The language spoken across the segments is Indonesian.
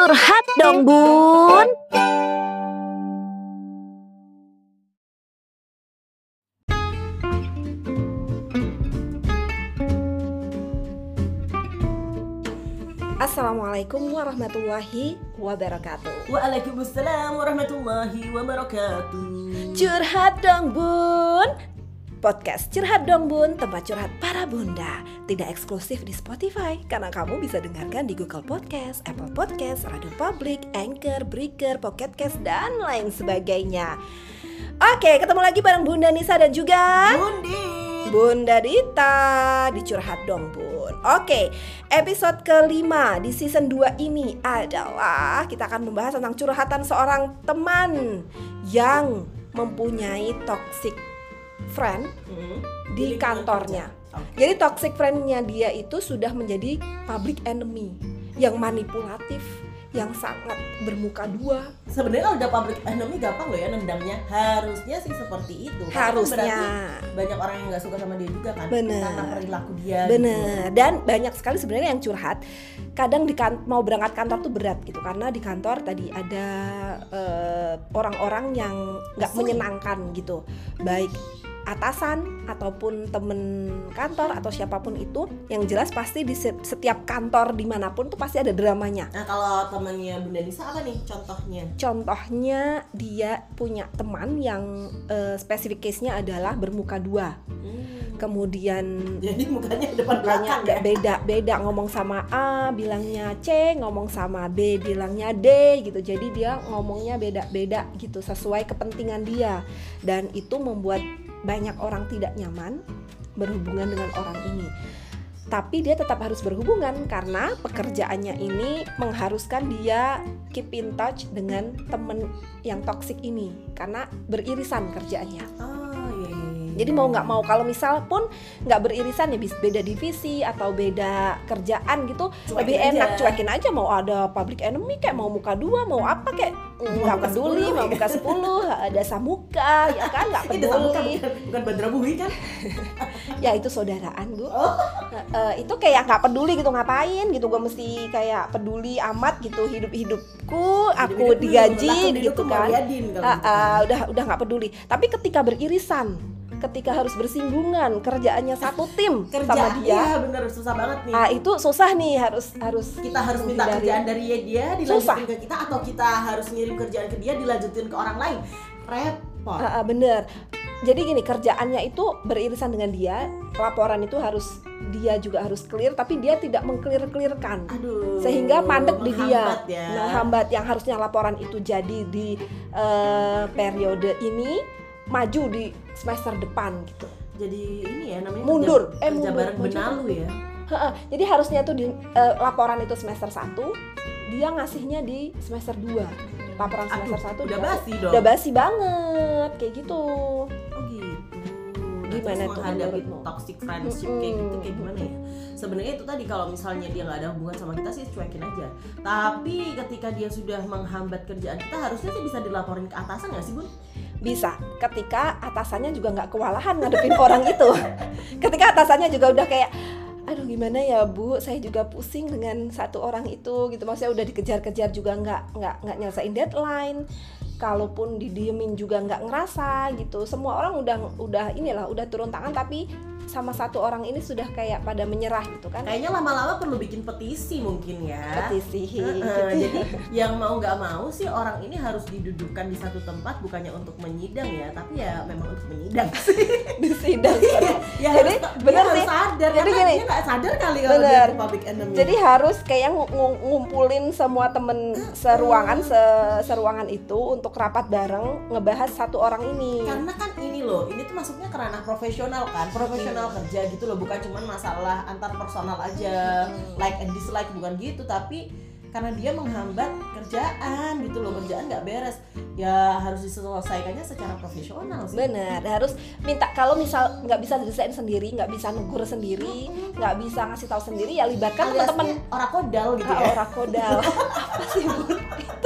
Curhat dong Bun. Assalamualaikum warahmatullahi wabarakatuh. Waalaikumsalam warahmatullahi wabarakatuh. Curhat dong Bun. Podcast Curhat dong Bun, tempat curhat para bunda. Tidak eksklusif di Spotify, karena kamu bisa dengarkan di Google Podcast, Apple Podcast, Radio Public, Anchor, Breaker, Pocket Cast, dan lain sebagainya. Oke, ketemu lagi bareng Bunda Nisa dan juga Bunda Dita di Curhat dong Bun. Oke, episode kelima di season 2 ini adalah kita akan membahas tentang curhatan seorang teman yang mempunyai toxic friend di kantornya. Jadi toxic friend-nya dia itu sudah menjadi public enemy yang manipulatif, yang sangat bermuka dua. Sebenarnya kalau udah public enemy gampang loh ya nendangnya. Harusnya sih seperti itu. Harusnya. Berarti banyak orang yang nggak suka sama dia juga kan. Bener. Karena perilaku dia. Bener. Gitu. Dan banyak sekali sebenarnya yang curhat. Kadang mau berangkat kantor tuh berat gitu karena di kantor tadi ada orang-orang yang nggak menyenangkan gitu. Baik atasan ataupun temen kantor atau siapapun itu, yang jelas pasti di setiap kantor dimanapun tuh pasti ada dramanya. Nah kalau temannya Bunda Nisa apa nih contohnya? Contohnya dia punya teman yang spesifik case-nya adalah bermuka dua. Kemudian jadi mukanya depan belakang ya? Beda ngomong sama A bilangnya C, ngomong sama B bilangnya D gitu. Jadi dia ngomongnya beda-beda gitu sesuai kepentingan dia, dan itu membuat banyak orang tidak nyaman berhubungan dengan orang ini. Tapi dia tetap harus berhubungan karena pekerjaannya ini mengharuskan dia keep in touch dengan temen yang toksik ini karena beririsan kerjaannya. Jadi mau nggak mau, kalau misal pun nggak beririsan ya beda divisi atau beda kerjaan gitu, lebih enak cuekin aja. Mau ada public enemy kayak mau muka dua, mau apa kayak nggak peduli, mau muka 10, ada samuka ya kan, nggak peduli. Bukan Badra Bui kan? Ya itu saudaraan Bu. Itu kayak nggak peduli gitu, ngapain gitu, gue mesti kayak peduli amat gitu hidupku, aku digaji gitu kan. Udah nggak peduli. Tapi ketika beririsan, ketika harus bersinggungan, kerjaannya satu tim sama dia. Iya bener, susah banget nih. Itu susah nih, harus kita harus minta kerjaan dari dia dilanjutin ke kita, atau kita harus ngirim kerjaan ke dia dilanjutin ke orang lain. Repot. Bener. Jadi gini, kerjaannya itu beririsan dengan dia, laporan itu dia juga harus clear, tapi dia tidak meng-clear-clearkan. Sehingga mandek di dia. Menghambat yang harusnya laporan itu jadi di periode ini, maju di semester depan gitu. Jadi ini ya namanya mundur, kerja bareng benalu ya. Jadi harusnya tuh di laporan itu semester 1, dia ngasihnya di semester 2. Laporan semester 1 udah basi dong. Udah basi banget kayak gitu. Oh gitu. Gimana tuh menghadapi toxic friendship kayak gitu, kayak gimana ya? Sebenarnya itu tadi, kalau misalnya dia nggak ada hubungan sama kita sih cuekin aja. Tapi ketika dia sudah menghambat kerjaan kita, harusnya sih bisa dilaporin ke atasan nggak sih Bun? Bisa, ketika atasannya juga nggak kewalahan ngadepin orang itu. Ketika atasannya juga udah kayak, aduh gimana ya Bu, saya juga pusing dengan satu orang itu gitu. Maksudnya udah dikejar-kejar juga nggak nyelesain deadline. Kalaupun didiemin juga nggak ngerasa gitu. Semua orang udah turun tangan, tapi sama satu orang ini sudah kayak pada menyerah gitu kan. Kayaknya lama-lama perlu bikin petisi mungkin ya. Petisi. Jadi yang mau nggak mau sih orang ini harus didudukkan di satu tempat, bukannya untuk menyidang ya, tapi ya memang untuk menyidang sih. Disidang. Ya jadi benar sih. Sadar, jadi gini, dia nggak sadar kali kalau dia itu public enemy. Jadi harus kayak ngumpulin semua temen seruangan itu untuk rapat bareng ngebahas satu orang ini. Karena kan ini loh, ini tuh masuknya ke ranah profesional kan, profesional kerja gitu loh, bukan cuma masalah antar personal aja, like and dislike, bukan gitu, tapi karena dia menghambat kerjaan gitu loh, kerjaan nggak beres, ya harus diselesaikannya secara profesional sih. Bener, harus minta, kalau misal nggak bisa desain sendiri, nggak bisa negur sendiri, nggak bisa ngasih tahu sendiri, ya libatkan teman-teman. Orakodal gitu ya. Orakodal. Apa sih Bu? Itu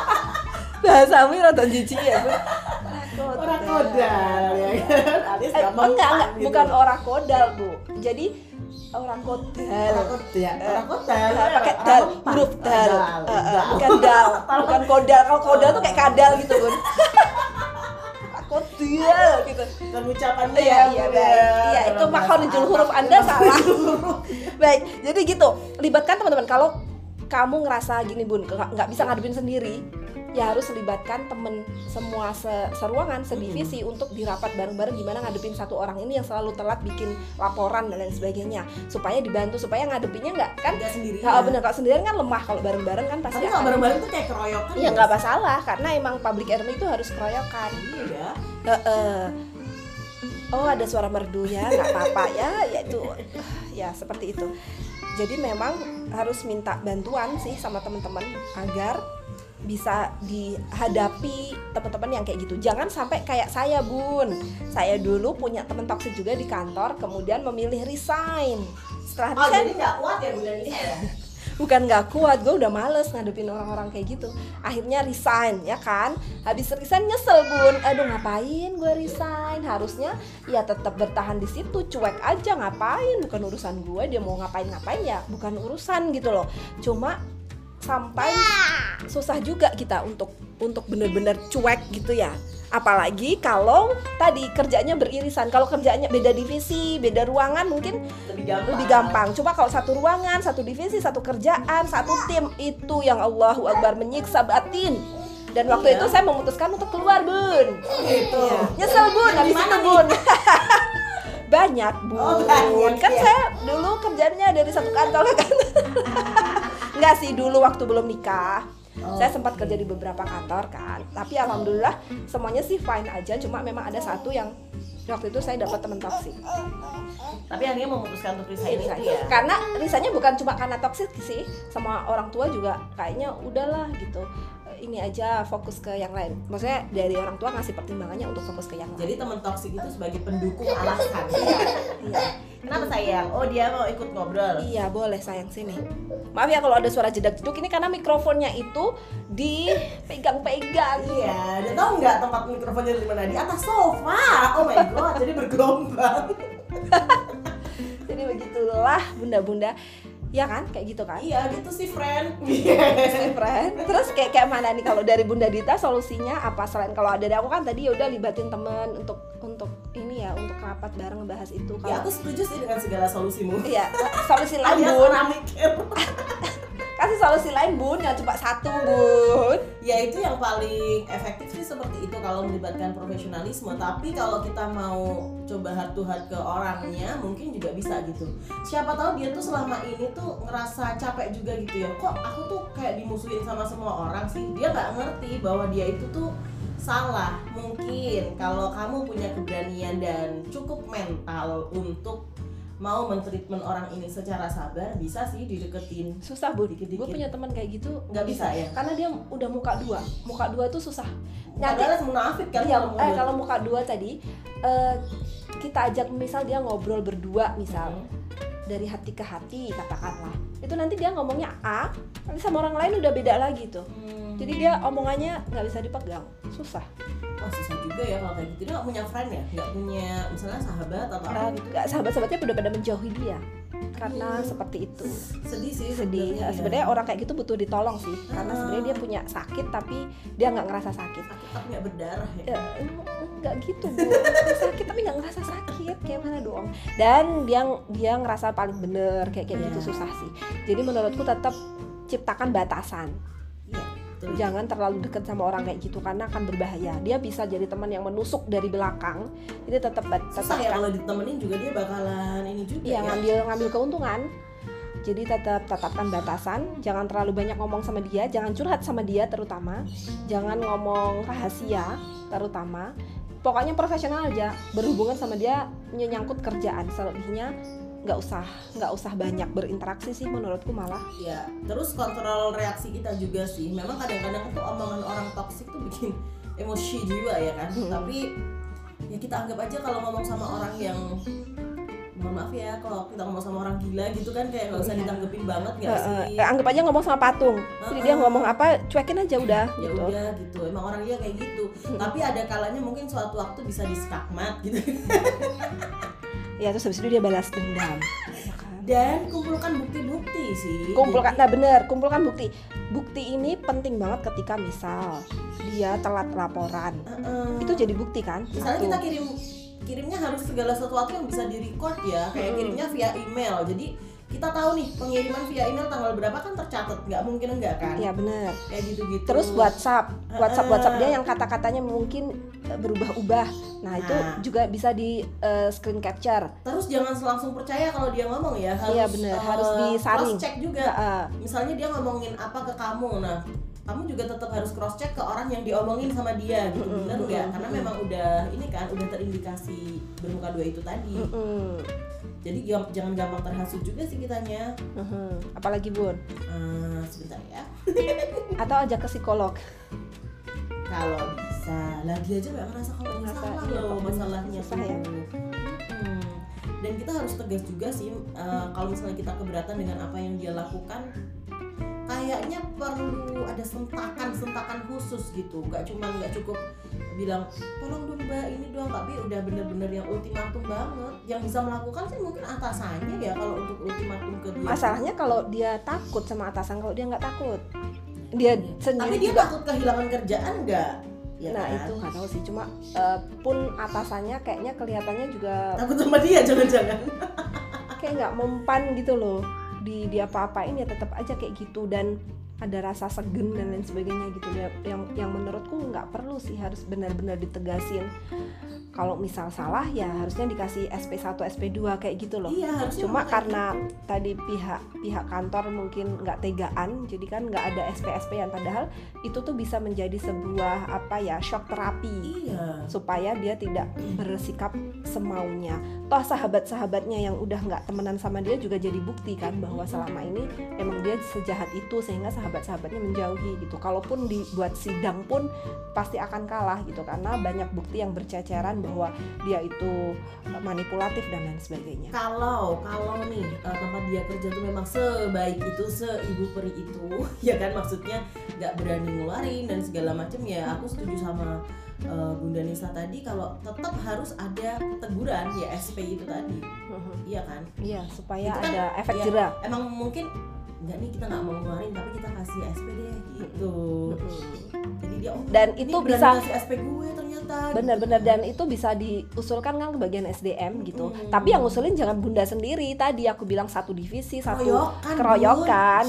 bahasa rada jijik ya Bu. Orakodal ya kan, alias Enggak, gitu. bukan orang kodal Bu. Jadi orang kodal. Orang kodal. Pakai dal, huruf dal. Bukan dal, bukan kodal. Kalau kodal tuh kayak kadal gitu Bun. Kodal gitu. Dan ucapannya Iya, itu makhrajul huruf Anda salah. Baik, jadi gitu. Libatkan teman-teman. Kalau kamu ngerasa gini Bun, nggak bisa ngadepin sendiri, ya harus libatkan temen semua seruangan, sedivisi untuk dirapat bareng-bareng gimana ngadepin satu orang ini yang selalu telat bikin laporan dan lain sebagainya, supaya dibantu, supaya ngadepinnya nggak sendirian. Bener, kalau sendirian kan lemah, kalau bareng-bareng kan pasti. Tapi kalau bareng-bareng tuh kayak keroyokan. Iya nggak masalah, karena emang public enemy itu harus keroyokan. Iya. Oh ada suara merdunya, nggak apa-apa ya itu ya seperti itu. Jadi memang harus minta bantuan sih sama teman-teman agar bisa dihadapi teman-teman yang kayak gitu. Jangan sampai kayak saya Bun. Saya dulu punya teman toksik juga di kantor, kemudian memilih resign. Setelah resign, jadi nggak kuat ya Bunda Nisa ya? Bukan nggak kuat, gue udah males ngadepin orang-orang kayak gitu. Akhirnya resign ya kan. Habis resign nyesel Bun. Aduh ngapain gue resign? Harusnya ya tetap bertahan di situ, cuek aja, ngapain? Bukan urusan gue, dia mau ngapain ya, bukan urusan gitu loh. Cuma sampai susah juga kita untuk bener-bener cuek gitu ya. Apalagi kalau tadi kerjanya beririsan. Kalau kerjanya beda divisi, beda ruangan mungkin lebih gampang. Cuma kalau satu ruangan, satu divisi, satu kerjaan, satu tim, itu yang Allahu Akbar menyiksa batin. Dan waktu itu saya memutuskan untuk keluar Bun. Gitu. Ya. Nyesel Bun, habis itu Bun. Banyak Bun. Banyak, Kan ya. saya dulu kerjanya dari satu kantor kan. Enggak sih, dulu waktu belum nikah. Saya sempat kerja di beberapa kantor kan, tapi alhamdulillah semuanya sih fine aja. Cuma memang ada satu yang waktu itu saya dapat teman toksik. Tapi akhirnya memutuskan untuk resign itu ya. Karena risanya bukan cuma karena toksik sih, sama orang tua juga kayaknya udahlah gitu. Ini aja fokus ke yang lain. Maksudnya dari orang tua ngasih pertimbangannya untuk fokus ke yang lain. Jadi teman toksik itu sebagai pendukung alasan. Iya. Kenapa sayang? Oh dia mau ikut ngobrol. Iya boleh sayang sini. Maaf ya kalau ada suara jedak-jeduk, ini karena mikrofonnya itu dipegang-pegang. Iya, dan tahu nggak tempat mikrofonnya di mana? Di atas sofa. Oh my god, jadi bergelombang. Jadi begitulah bunda-bunda. Ya kan, kayak gitu kan? Iya, gitu sih friend. Friend. Terus kayak mana nih kalau dari Bunda Dita solusinya apa selain kalau dari aku kan tadi ya udah libatin teman untuk ini ya, untuk rapat bareng ngebahas itu. Ya aku setuju sih dengan segala solusimu. Iya, solusi lain Alias Bun. orang mikir. Kasih solusi lain Bun, yang cuma satu Bun. Ya itu yang paling efektif sih seperti itu kalau melibatkan profesionalisme. Tapi kalau kita mau coba heart to heart ke orangnya mungkin juga bisa gitu. Siapa tahu dia tuh selama ini tuh ngerasa capek juga gitu ya. Kok aku tuh kayak dimusuhin sama semua orang sih. Dia nggak ngerti bahwa dia itu tuh salah. Mungkin kalau kamu punya keberanian dan cukup mental untuk mau mentreatment orang ini secara sabar, bisa sih dideketin. Susah Bun, Dikit-dikit. gue punya teman kayak gitu Nggak bisa ya? Karena dia udah muka dua tuh susah. Padahal munafik kan Iya, kalau mulut. kalau muka dua tadi kita ajak misal dia ngobrol berdua misal dari hati ke hati katakanlah, itu nanti dia ngomongnya A, nanti sama orang lain udah beda lagi tuh. Jadi dia omongannya nggak bisa dipegang, susah. Wah susah juga ya kalau kayak gitu. Dia nggak punya friend ya? Nggak punya misalnya sahabat atau apa gitu? Sahabat-sahabatnya udah pada menjauhi dia karena seperti itu. Sedih sih Sedih. Sebenarnya orang kayak gitu butuh ditolong sih, karena sebenarnya dia punya sakit tapi dia nggak ngerasa sakit. Sakit tapi nggak berdarah ya? Nggak gitu Bu, sakit tapi nggak ngerasa sakit, kayak mana dong. Dan dia ngerasa paling bener kayak gitu susah sih. Jadi menurutku tetap ciptakan batasan. Jangan terlalu dekat sama orang kayak gitu karena akan berbahaya. Dia bisa jadi teman yang menusuk dari belakang. Jadi tetap susah ya kalau ditemenin juga dia bakalan ini juga ya, ngambil keuntungan. Jadi tetapkan batasan. Jangan terlalu banyak ngomong sama dia. Jangan curhat sama dia terutama. Jangan ngomong rahasia terutama. Pokoknya profesional aja. Berhubungan sama dia nyangkut kerjaan. Selebihnya nggak usah banyak berinteraksi sih menurutku malah. Ya, terus kontrol reaksi kita juga sih. Memang kadang-kadang tuh omongan orang toksik tuh bikin emosi juga ya kan. Tapi ya kita anggap aja kalau ngomong sama orang yang mohon maaf ya kalau kita ngomong sama orang gila gitu kan kayak nggak usah ditanggepin banget nggak sih? Anggap aja ngomong sama patung. Jadi dia ngomong apa, cuekin aja udah. Ya gitu. udah gitu. Emang orang dia kayak gitu. Tapi ada kalanya mungkin suatu waktu bisa diskakmat gitu. Ya terus habis itu dia balas dendam. Dan kumpulkan bukti-bukti sih. Nah bener, kumpulkan bukti. Bukti ini penting banget ketika misal dia telat laporan. Itu jadi bukti kan? Misalnya kita kirimnya harus segala sesuatu yang bisa di-record ya. Kayak kirimnya via email. Jadi kita tahu nih pengiriman via email tanggal berapa kan tercatat, nggak mungkin enggak kan? Iya benar. Kayak gitu-gitu. Terus WhatsApp dia yang kata-katanya mungkin berubah-ubah. Nah itu juga bisa di screen capture. Terus jangan langsung percaya kalau dia ngomong ya, harus iya benar, harus disaring. Cross check juga. Misalnya dia ngomongin apa ke kamu, nah kamu juga tetap harus cross check ke orang yang diomongin sama dia gitu, benar nggak? Karena memang udah ini kan udah terindikasi bermuka dua itu tadi. Jadi jangan gampang terhasut juga sih kitanya. Apalagi Bun? Sebentar ya. Atau ajak ke psikolog. Kalau bisa, lah dia aja nggak ngerasa kalau ini salah loh masalahnya tuh. Ya. Dan kita harus tegas juga sih, kalau misalnya kita keberatan dengan apa yang dia lakukan, kayaknya perlu ada sentakan khusus gitu. Nggak cukup bilang tolong dong mbak ini doang, tapi udah bener-bener yang ultimatum banget. Yang bisa melakukan sih mungkin atasannya ya kalau untuk ultimatum ke dia. Masalahnya kalau dia takut sama atasan, kalau dia nggak takut, dia sendiri. Tapi dia juga takut kehilangan kerjaan nggak? Ya nah kan? itu nggak tahu sih, cuma pun atasannya kayaknya kelihatannya juga takut sama dia jangan-jangan. Kayak nggak mempan gitu loh, dia apa-apain ya tetap aja kayak gitu, dan ada rasa segen dan lain sebagainya gitu ya, yang menurutku nggak perlu sih, harus benar-benar ditegasin. Kalau misal salah ya harusnya dikasih SP1, SP2 kayak gitu loh. Iya, harusnya. Cuma karena tadi pihak kantor mungkin nggak tegaan, jadi kan nggak ada SP-SP-an, padahal itu tuh bisa menjadi sebuah shock terapi. Iya. Supaya dia tidak bersikap semaunya. Toh sahabat-sahabatnya yang udah nggak temenan sama dia juga jadi bukti kan bahwa selama ini emang dia sejahat itu, sehingga sahabat-sahabatnya menjauhi gitu. Kalaupun dibuat sidang pun pasti akan kalah gitu, karena banyak bukti yang berceceran bahwa dia itu manipulatif dan lain sebagainya. Kalau nih tempat dia kerja tuh memang sebaik itu, seibu peri itu, ya kan, maksudnya nggak berani ngeluarin dan segala macam, ya aku setuju sama Bunda Nisa tadi kalau tetap harus ada teguran ya, SP itu tadi. Iya kan? Iya, supaya itu kan, ada efek ya, jera. Emang mungkin enggak nih, kita nggak mau ngeluarin tapi kita kasih SP deh gitu. Jadi dia dan itu bisa kasih SP gue ternyata. Benar-benar gitu. Dan itu bisa diusulkan kan ke bagian SDM gitu. Tapi yang ngusulin jangan Bunda sendiri. Tadi aku bilang satu divisi, satu keroyokan.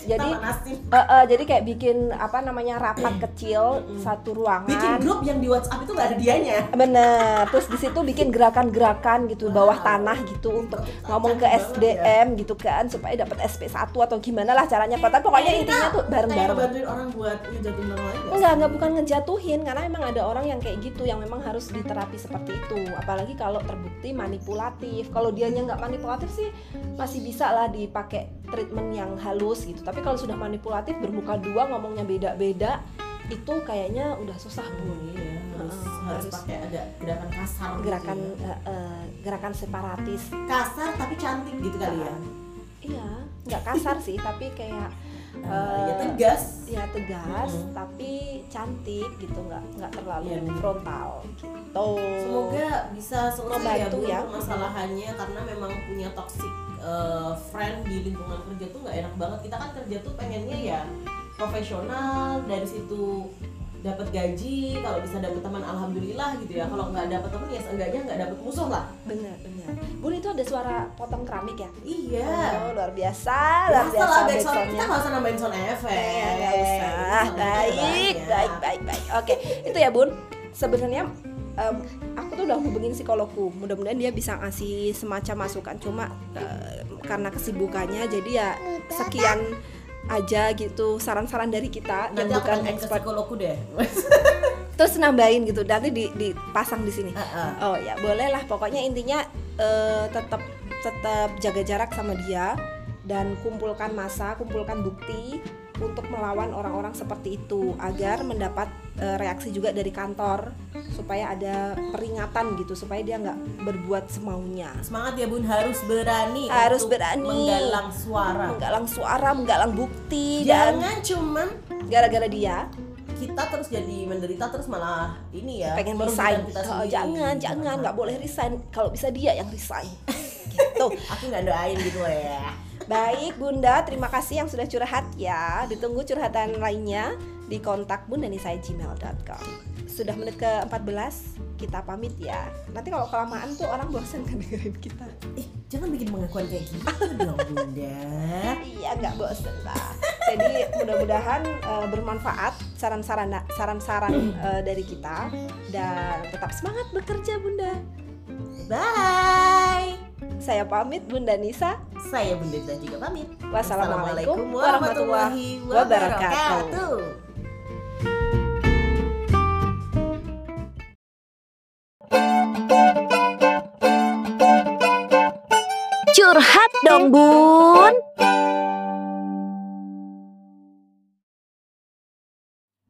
Jadi kayak bikin rapat kecil satu ruangan. Bikin grup yang di WhatsApp itu nggak ada dianya. Bener. Terus di situ bikin gerakan-gerakan gitu bawah tanah gitu untuk ngomong ke SDM gitu kan, supaya dapat SP1 atau gimana lah caranya. Tapi pokoknya intinya tuh bareng-bareng. Bantuin orang buat ngejatuhin orang lain. Enggak, bukan ngejatuhin, karena emang ada orang yang kayak gitu yang memang harus diterapi seperti itu. Apalagi kalau terbukti manipulatif. Kalau dianya nggak manipulatif sih masih bisa lah dipakai treatment yang halus gitu. Tapi kalau sudah manipulatif, bermuka dua, ngomongnya beda-beda, itu kayaknya udah susah Bu. Harus pakai ada gerakan kasar, gerakan separatis. Kasar tapi cantik gitu kali ya. Iya, nggak kasar sih, tapi kayak ya tegas. Ya tegas, tapi cantik gitu, nggak terlalu frontal gitu. Semoga bisa selesai ya permasalahannya, karena memang punya toxic friend di lingkungan kerja tuh nggak enak banget. Kita kan kerja tuh pengennya ya profesional, dari situ dapat gaji, kalau bisa dapat teman alhamdulillah gitu ya. Kalau nggak dapat teman ya seenggaknya nggak dapat musuh lah. Benar. Bun, itu ada suara potong keramik ya? Iya. Luar biasa lah backsound. Kita nggak usah nambahin sound effect. Nggak usah. Baik. Oke, itu ya Bun. Sebenarnya aku tuh udah hubungin psikologku. Mudah-mudahan dia bisa ngasih semacam masukan. Cuma karena kesibukannya, jadi ya sekian aja gitu saran-saran dari kita. Nanti yang bukan expert psikologku deh. Terus nambahin gitu, nanti dipasang di sini. Oh ya boleh lah, pokoknya intinya tetap jaga jarak sama dia dan kumpulkan massa, kumpulkan bukti untuk melawan orang-orang seperti itu agar mendapat reaksi juga dari kantor supaya ada peringatan gitu, supaya dia nggak berbuat semaunya. Semangat ya Bun, harus berani Harus untuk berani menggalang suara, menggalang bukti. Jangan cuman gara-gara dia kita terus jadi menderita, terus malah ini ya pengen merugikan resign. kita sendiri. Jangan nggak boleh resign, kalau bisa dia yang resign. Gitu. Aku nggak doain gitu ya. Baik Bunda, terima kasih yang sudah curhat ya. Ditunggu curhatan lainnya di kontak bundanisa@gmail.com. Sudah menit ke-14, kita pamit ya. Nanti kalau kelamaan tuh orang bosan kan dengerin kita. Jangan bikin pengakuan kayak gitu dong Bunda. Iya, nggak bosan lah. Jadi mudah-mudahan bermanfaat saran-saran dari kita, dan tetap semangat bekerja Bunda. Bye. Saya pamit Bunda Nisa. Saya Bunda Nisa juga pamit. Wassalamualaikum warahmatullahi wabarakatuh. Curhat dong Bun.